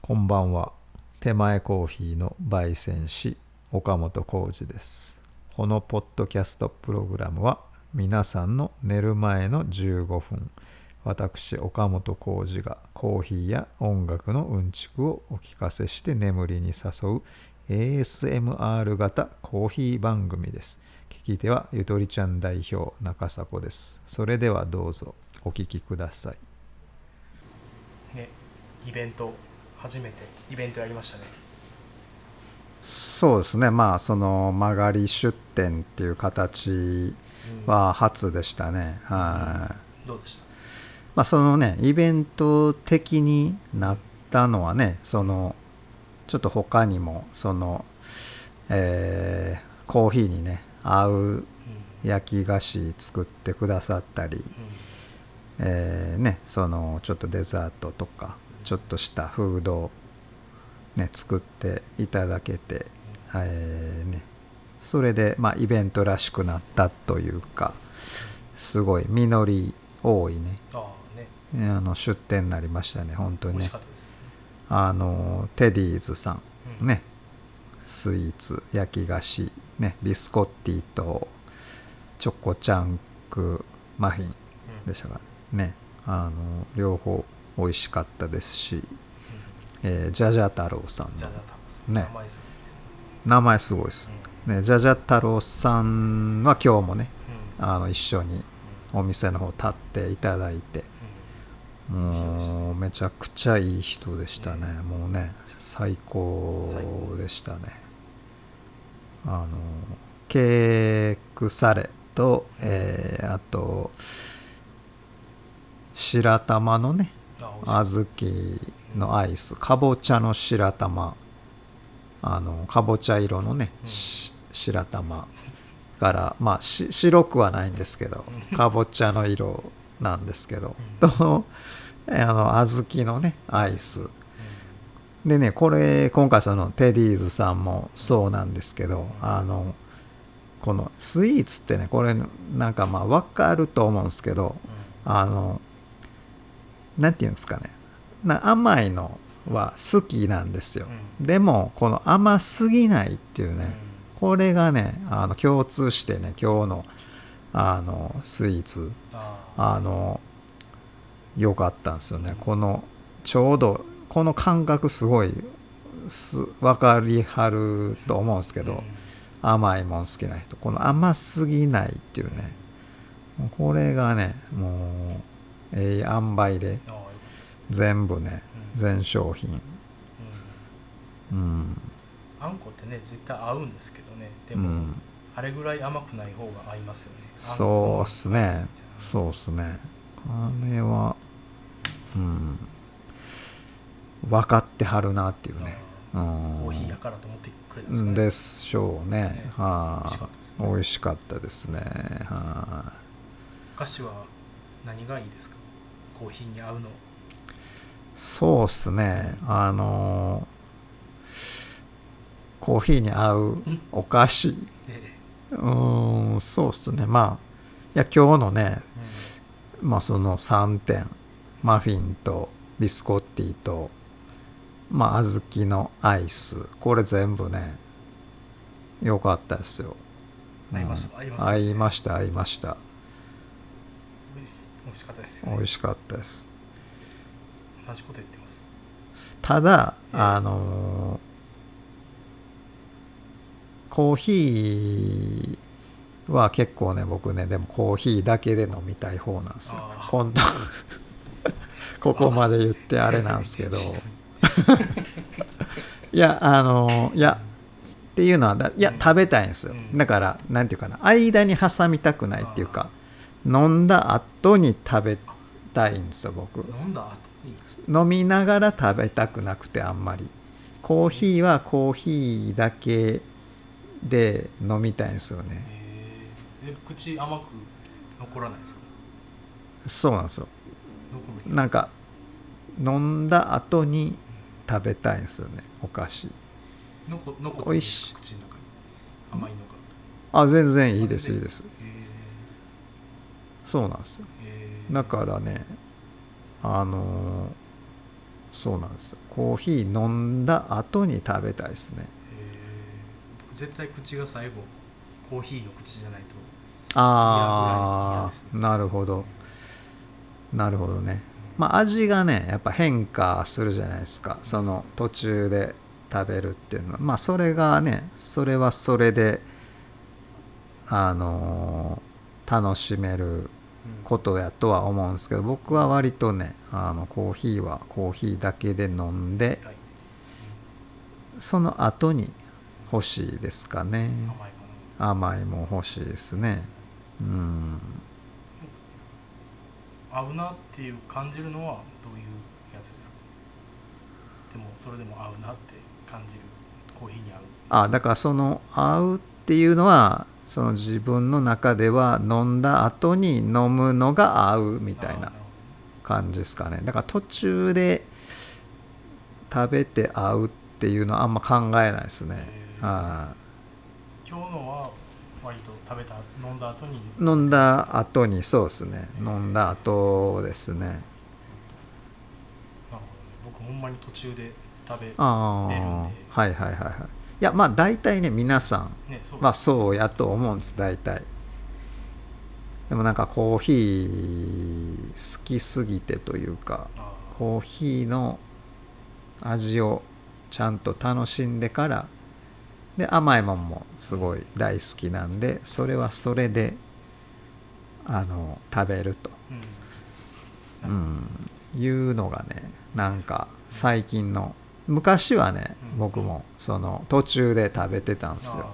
こんばんは。手前コーヒーの焙煎師岡本浩二です。このポッドキャストプログラムは皆さんの寝る前の15分、私岡本浩二がコーヒーや音楽のうんちくをお聞かせして眠りに誘う ASMR 型コーヒー番組です。聞き手はゆとりちゃん代表中迫です。それではどうぞお聞きください。 ね、初めてイベントやりましたね。 そうですね。その曲がり出店っていう形は初でしたね。はい。 どうでした？ そのね、イベント的になったのはね、そのちょっと他にもその、コーヒーにね合う焼き菓子作ってくださったり、そのちょっとデザートとかちょっとしたフードをね作っていただけて、それでイベントらしくなったというか、すごい実り多いね、出店になりましたね。本当にね。 美味しかったです。 テディーズさん、ね、スイーツ焼き菓子ね、ビスコッティとチョコチャンクマフィンでしたからね、両方美味しかったですし、ジャジャ太郎さんのね、名前すごいです、ね、ジャジャ太郎さんは今日もね、一緒にお店の方立っていただいて、もうめちゃくちゃいい人でしたね。もうね、最高でしたね。ケークサレと、あと白玉のね、小豆のアイス、かぼちゃの白玉、かぼちゃ色のね、白玉から白くはないんですけど、かぼちゃの色なんですけど、と小豆のねアイスでね、これ今回そのテディーズさんもそうなんですけど、このスイーツってね、これなんか分かると思うんですけど、なんていうんですかね、甘いのは好きなんですよ。でもこの甘すぎないっていうね、これがね共通してね、今日のスイーツ良かったんですよね。このちょうどこの感覚すごい分かりはると思うんですけど、甘いもん好きな人、この甘すぎないっていうね、これがねもう塩梅で全部ね、全商品、 あんこってね絶対合うんですけどね、でも、あれぐらい甘くない方が合いますよね。 そうっすね、そうっすね。あれは分かってはるなっていうね。 コーヒーやからと思ってくれたんですかね。 でしょうね。美味しかったですね。 お菓子は何がいいですか？コーヒーに合うの。 そうっすね。コーヒーに合うお菓子。そうっすね。いや今日のね、その3点、マフィンとビスコッティと小豆のアイス、これ全部ね良かったですよ。 合いました、 合いました。 美味しかったですよね。 美味しかったです。 同じこと言ってます。 ただ、コーヒーは結構ね、僕ね、でもコーヒーだけで飲みたい方なんですよ。今度ここまで言ってあれなんですけどいやっていうのは、いや食べたいんですよ。だからなんていうかな、間に挟みたくないっていうか、飲んだ後に食べたいんですよ。僕飲みながら食べたくなくて、あんまりコーヒーはコーヒーだけで飲みたいんですよね。 口甘く残らないですか？ そうなんですよ。なんか飲んだ後に食べたいんですよね、お菓子。 おいしい口の中に甘いのが。 全然いいです、いいです。そうなんですよ。だからね、 そうなんですよ。コーヒー飲んだ後に食べたいですね。 僕絶対口が最後コーヒーの口じゃないと嫌ぐらい嫌あですね。 あ、なるほど。なるほどね。まあ味がね、やっぱ変化するじゃないですか。その途中で食べるっていうのは。まあそれがね、それはそれで、楽しめることやとは思うんですけど、僕は割とね、コーヒーはコーヒーだけで飲んで、 はい、 その後に欲しいですかね。 甘いかな。 甘いも欲しいですね。うん。 合うなっていう感じるのはどういうやつですか？でもそれでも合うなって感じる、コーヒーに合う。 だからその合うっていうのは、その自分の中では飲んだ後に飲むのが合うみたいな感じですかね。だから途中で食べて合うっていうのはあんま考えないですね。 今日のは割と飲んだ後に飲んだ後に、そうですね。飲んだ後ですね。 なるほどね。僕ほんまに途中で食べれるんで。 はいはいはいはい。いやまあ大体ね、皆さん、 ね、そうですね。 まあそうやと思うんです、大体。でもなんかコーヒー好きすぎてというか、コーヒーの味をちゃんと楽しんでから、で甘いもんもすごい大好きなんで、それはそれで食べると、いうのがね、なんか最近の、昔はね、僕もその途中で食べてたんですよ。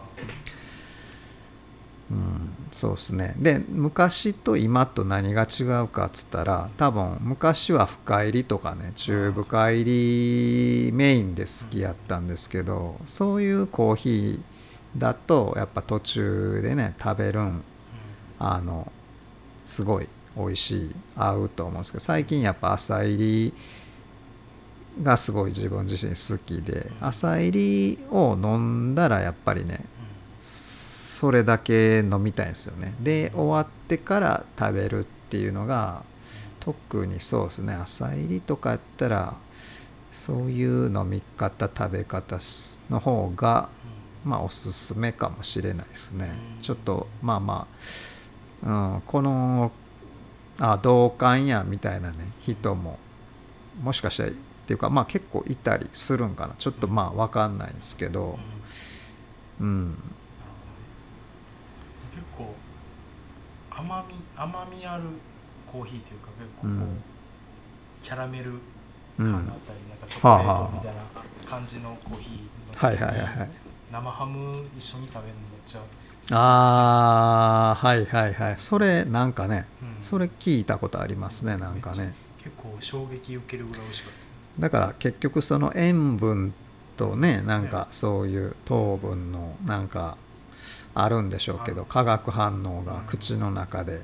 そうですね。で昔と今と何が違うかっつったら、多分昔は深入りとかね、中深入りメインで好きやったんですけど、そういうコーヒーだとやっぱ途中でね食べるん、すごい美味しい、合うと思うんですけど、最近やっぱ浅入りがすごい自分自身好きで、浅入りを飲んだらやっぱりね、それだけ飲みたいんですよね。で終わってから食べるっていうのが、特にそうですね、浅入りとかやったらそういう飲み方食べ方の方がまあおすすめかもしれないですね。ちょっとまあまあ、この同感やみたいなね人ももしかしたらっていうか、まあ結構いたりするんかな、ちょっとまあ分かんないんですけど、 結構甘みあるコーヒーというか、結構こう、キャラメル感があったり、なんかチョコレートみたいな感じのコーヒーの時に生ハム一緒に食べるのめっちゃ好きです。 はいはいはい。それなんかね、それ聞いたことありますね、なんかね。 結構衝撃受けるぐらい美味しかった。 だから結局その塩分とね、なんかそういう糖分のなんかあるんでしょうけど、化学反応が口の中で、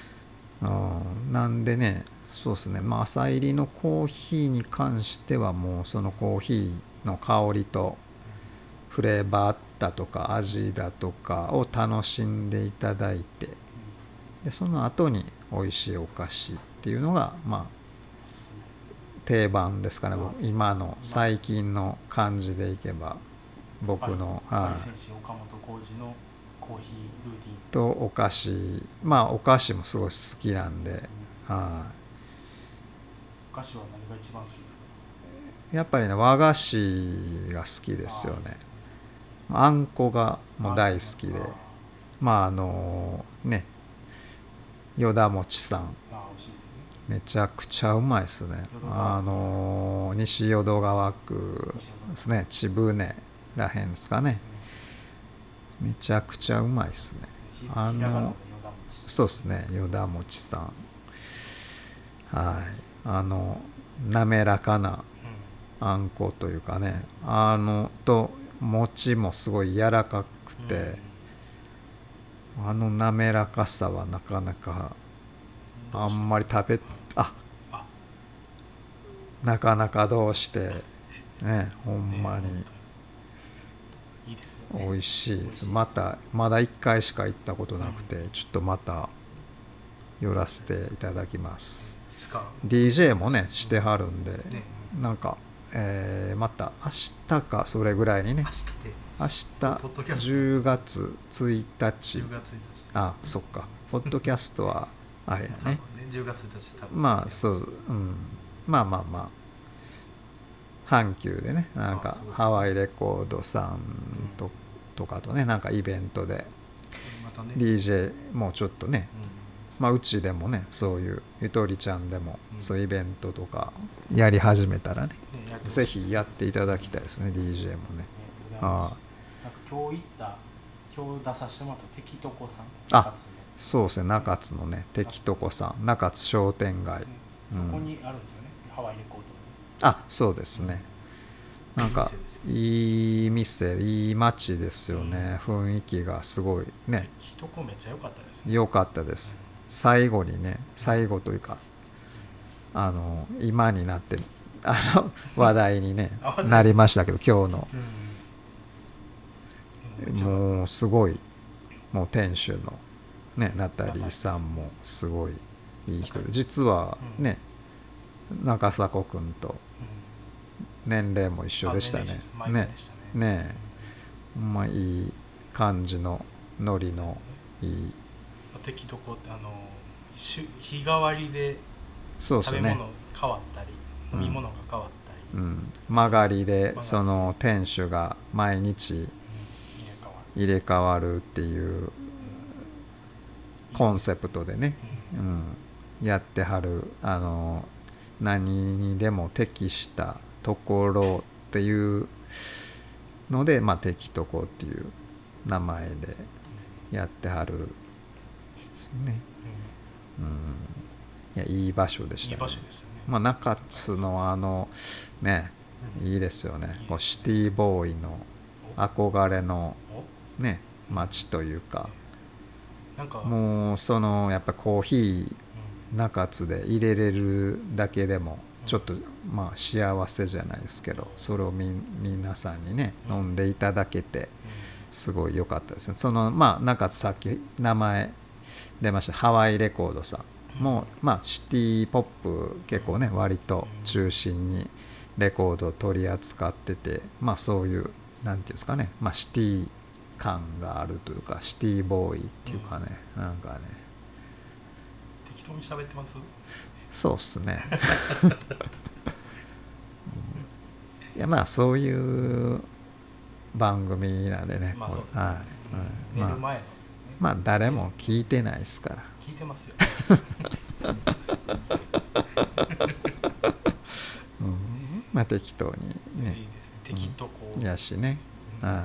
なんでね、そうですね、まあ浅入りのコーヒーに関してはもうそのコーヒーの香りとフレーバーだとか味だとかを楽しんでいただいて、でその後に美味しいお菓子っていうのがまあ定番ですかね。今の最近の感じでいけば、僕の岡本浩二のコーヒールーティンとお菓子、まあお菓子もすごい好きなんで、 お菓子は何が一番好きですか？ やっぱりね、和菓子が好きですよね。あんこがもう大好きで、まあね、よだもちさん、めちゃくちゃうまいですね。西淀川区ですね、千船らへんですかね。めちゃくちゃうまいですね。そうですね、よだもちさん。はい。滑らかなあんこというかね、と餅もすごい柔らかくて、滑らかさはなかなかあんまりなかなかどうしてね、ほんまに美味しいです。まだ1回しか行ったことなくて、ちょっとまた寄らせていただきます。DJ もねしてはるんで、 なんか、また明日かそれぐらいにね、明日10月1日 10月1日あ、そっか、ポッドキャストはあれやね 10月1日多分まあそう、うん、まあ阪急でね、なんかハワイレコードさんとかとね、なんかイベントで DJ もうちょっとね、まあうちでもね、そういうゆとりちゃんでもそういうイベントとかやり始めたらね、ぜひやっていただきたいですね、 DJ もね。 なんか今日出させてもらったテキトコさん、 あ、そうですね、中津のね、テキトコさん、中津商店街、 そこにあるんですよね、ハワイレコード。 あ、そうですね、なんかいい店、いい街ですよね、雰囲気がすごいね。 テキトコめっちゃ良かったですね。 良かったです。最後にね、最後というか今になって話題に、ね、なりましたけど、今日の、もうすごい、もう店主のね、ナタリーさんもすごいいい人で、実はね、中迫くんと年齢も一緒でしたね。ねえ、まあいい感じのノリのいい。 テキトコって日替わりで食べ物変わったり、飲み物が変わったり、 曲がりでその店主が毎日入れ替わるっていうコンセプトでね、やってはる、何にでも適したところっていうので、まあテキトコっていう名前でやってはるね。いや、いい場所でしたね。いい場所でしたね。まあ中津のね、いいですよね。こうシティボーイの憧れのね、街というか、もうそのやっぱコーヒー中津で入れれるだけでもちょっとまあ幸せじゃないですけど、それを皆さんにね飲んでいただけてすごい良かったですね。そのまあ中津、さっき名前出ましたハワイレコードさんも、まあシティポップ結構ね割と中心にレコードを取り扱ってて、まあそういうなんていうんですかね、まあシティ感があるというか、シティボーイっていうかね、なんかね、 適当に喋ってます。 そうっすねいや、まあそういう番組なんでね、 まあそうですね、寝る前の、 まあ誰も聞いてないですから。 聞いてますよまあ適当にね、 いいですね、適当こうやしね、はい、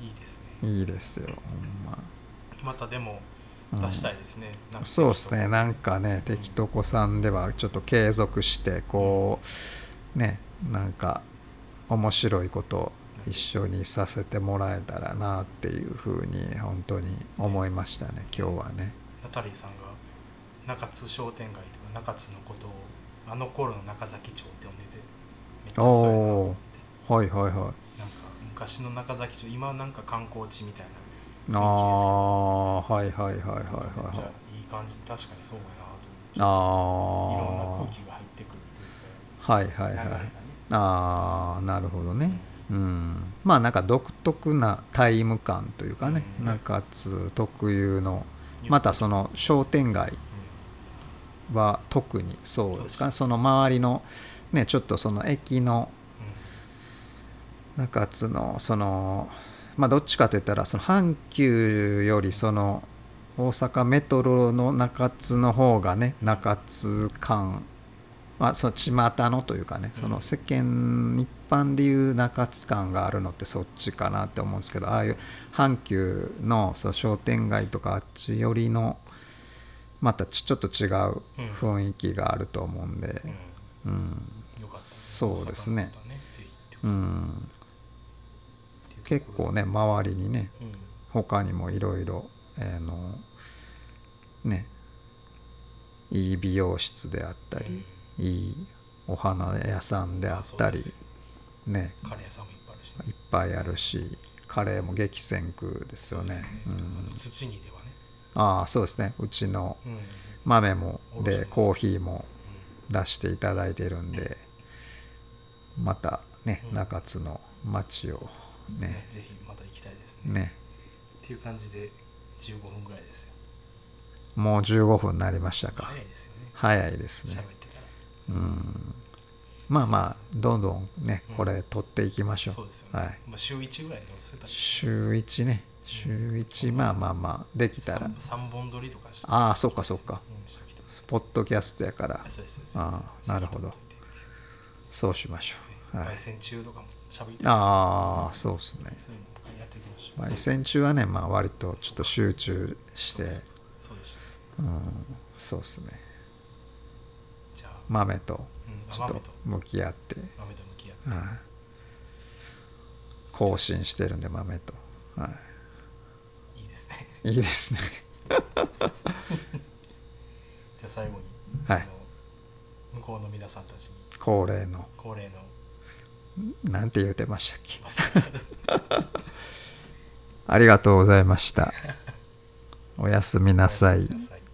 いいですね。 いいですよ、ほんま。 またでも出したいですね。 そうですね、なんかね、テキトコさんではちょっと継続してこうね、なんか面白いことを一緒にさせてもらえたらなっていうふうに本当に思いましたね、今日はね。 ナタリーさんが中津商店街とか中津のことをあの頃の中崎町って呼んでて、めっちゃそうやなと思って。 はいはいはい。 なんか昔の中崎町、今なんか観光地みたいな雰囲気ですけど、 はいはいはいはいはい。めっちゃいい感じ、確かにそうやなと思って。いろんな空気が入ってくるというか、 はいはいはい。なるほどね。まあなんか独特なタイム感というかね、中津特有の、またその商店街は特にそうですかね、その周りのね、ちょっとその駅の中津のそのまあどっちかといったらその阪急よりその大阪メトロの中津の方がね、中津感、まあその巷のというかね、その世間一般でいう中津感があるのってそっちかなって思うんですけど、ああいう阪急のその商店街とかあっち寄りのまたちょっと違う雰囲気があると思うんで、そうですね、結構ね周りにね、他にもいろいろね、いい美容室であったり、いいお花屋さんであったりね、 カレー屋さんもいっぱいあるし、 いっぱいあるし、カレーも激戦区ですよね。 土にではね、 そうですね、うちの豆もでコーヒーも出していただいてるんで、またね、中津の街をね、 ぜひまた行きたいですね。 ね、 っていう感じで15分ぐらいですよ。 もう15分になりましたか。 早いですよね。 早いですね。 喋ってたら。 まあまあどんどんね、これ取っていきましょう。 そうですよね。 はい。 まあ週1ぐらいで載せたり。 週1ね、週1、まあまあまあできたら。 3本撮りとかして。 ああ、そうかそうか。 しときたいポッドキャストやから。 そうです。 ああ、なるほど。そうしましょう。はい。 焙煎中とかも喋りたいです。 ああ、そうですね。 そういうのやっていきましょう。 焙煎中はね、まあ割とちょっと集中して、 そうでした。 そうですね。 じゃあ豆とちょっと豆と向き合って、 豆と向き合って、 更新してるんで豆と、 いいですね。 いいですね。 じゃあ最後に、 はい向こうの皆さんたちに恒例のなんて言うてましたっけ。ありがとうございました。おやすみなさい。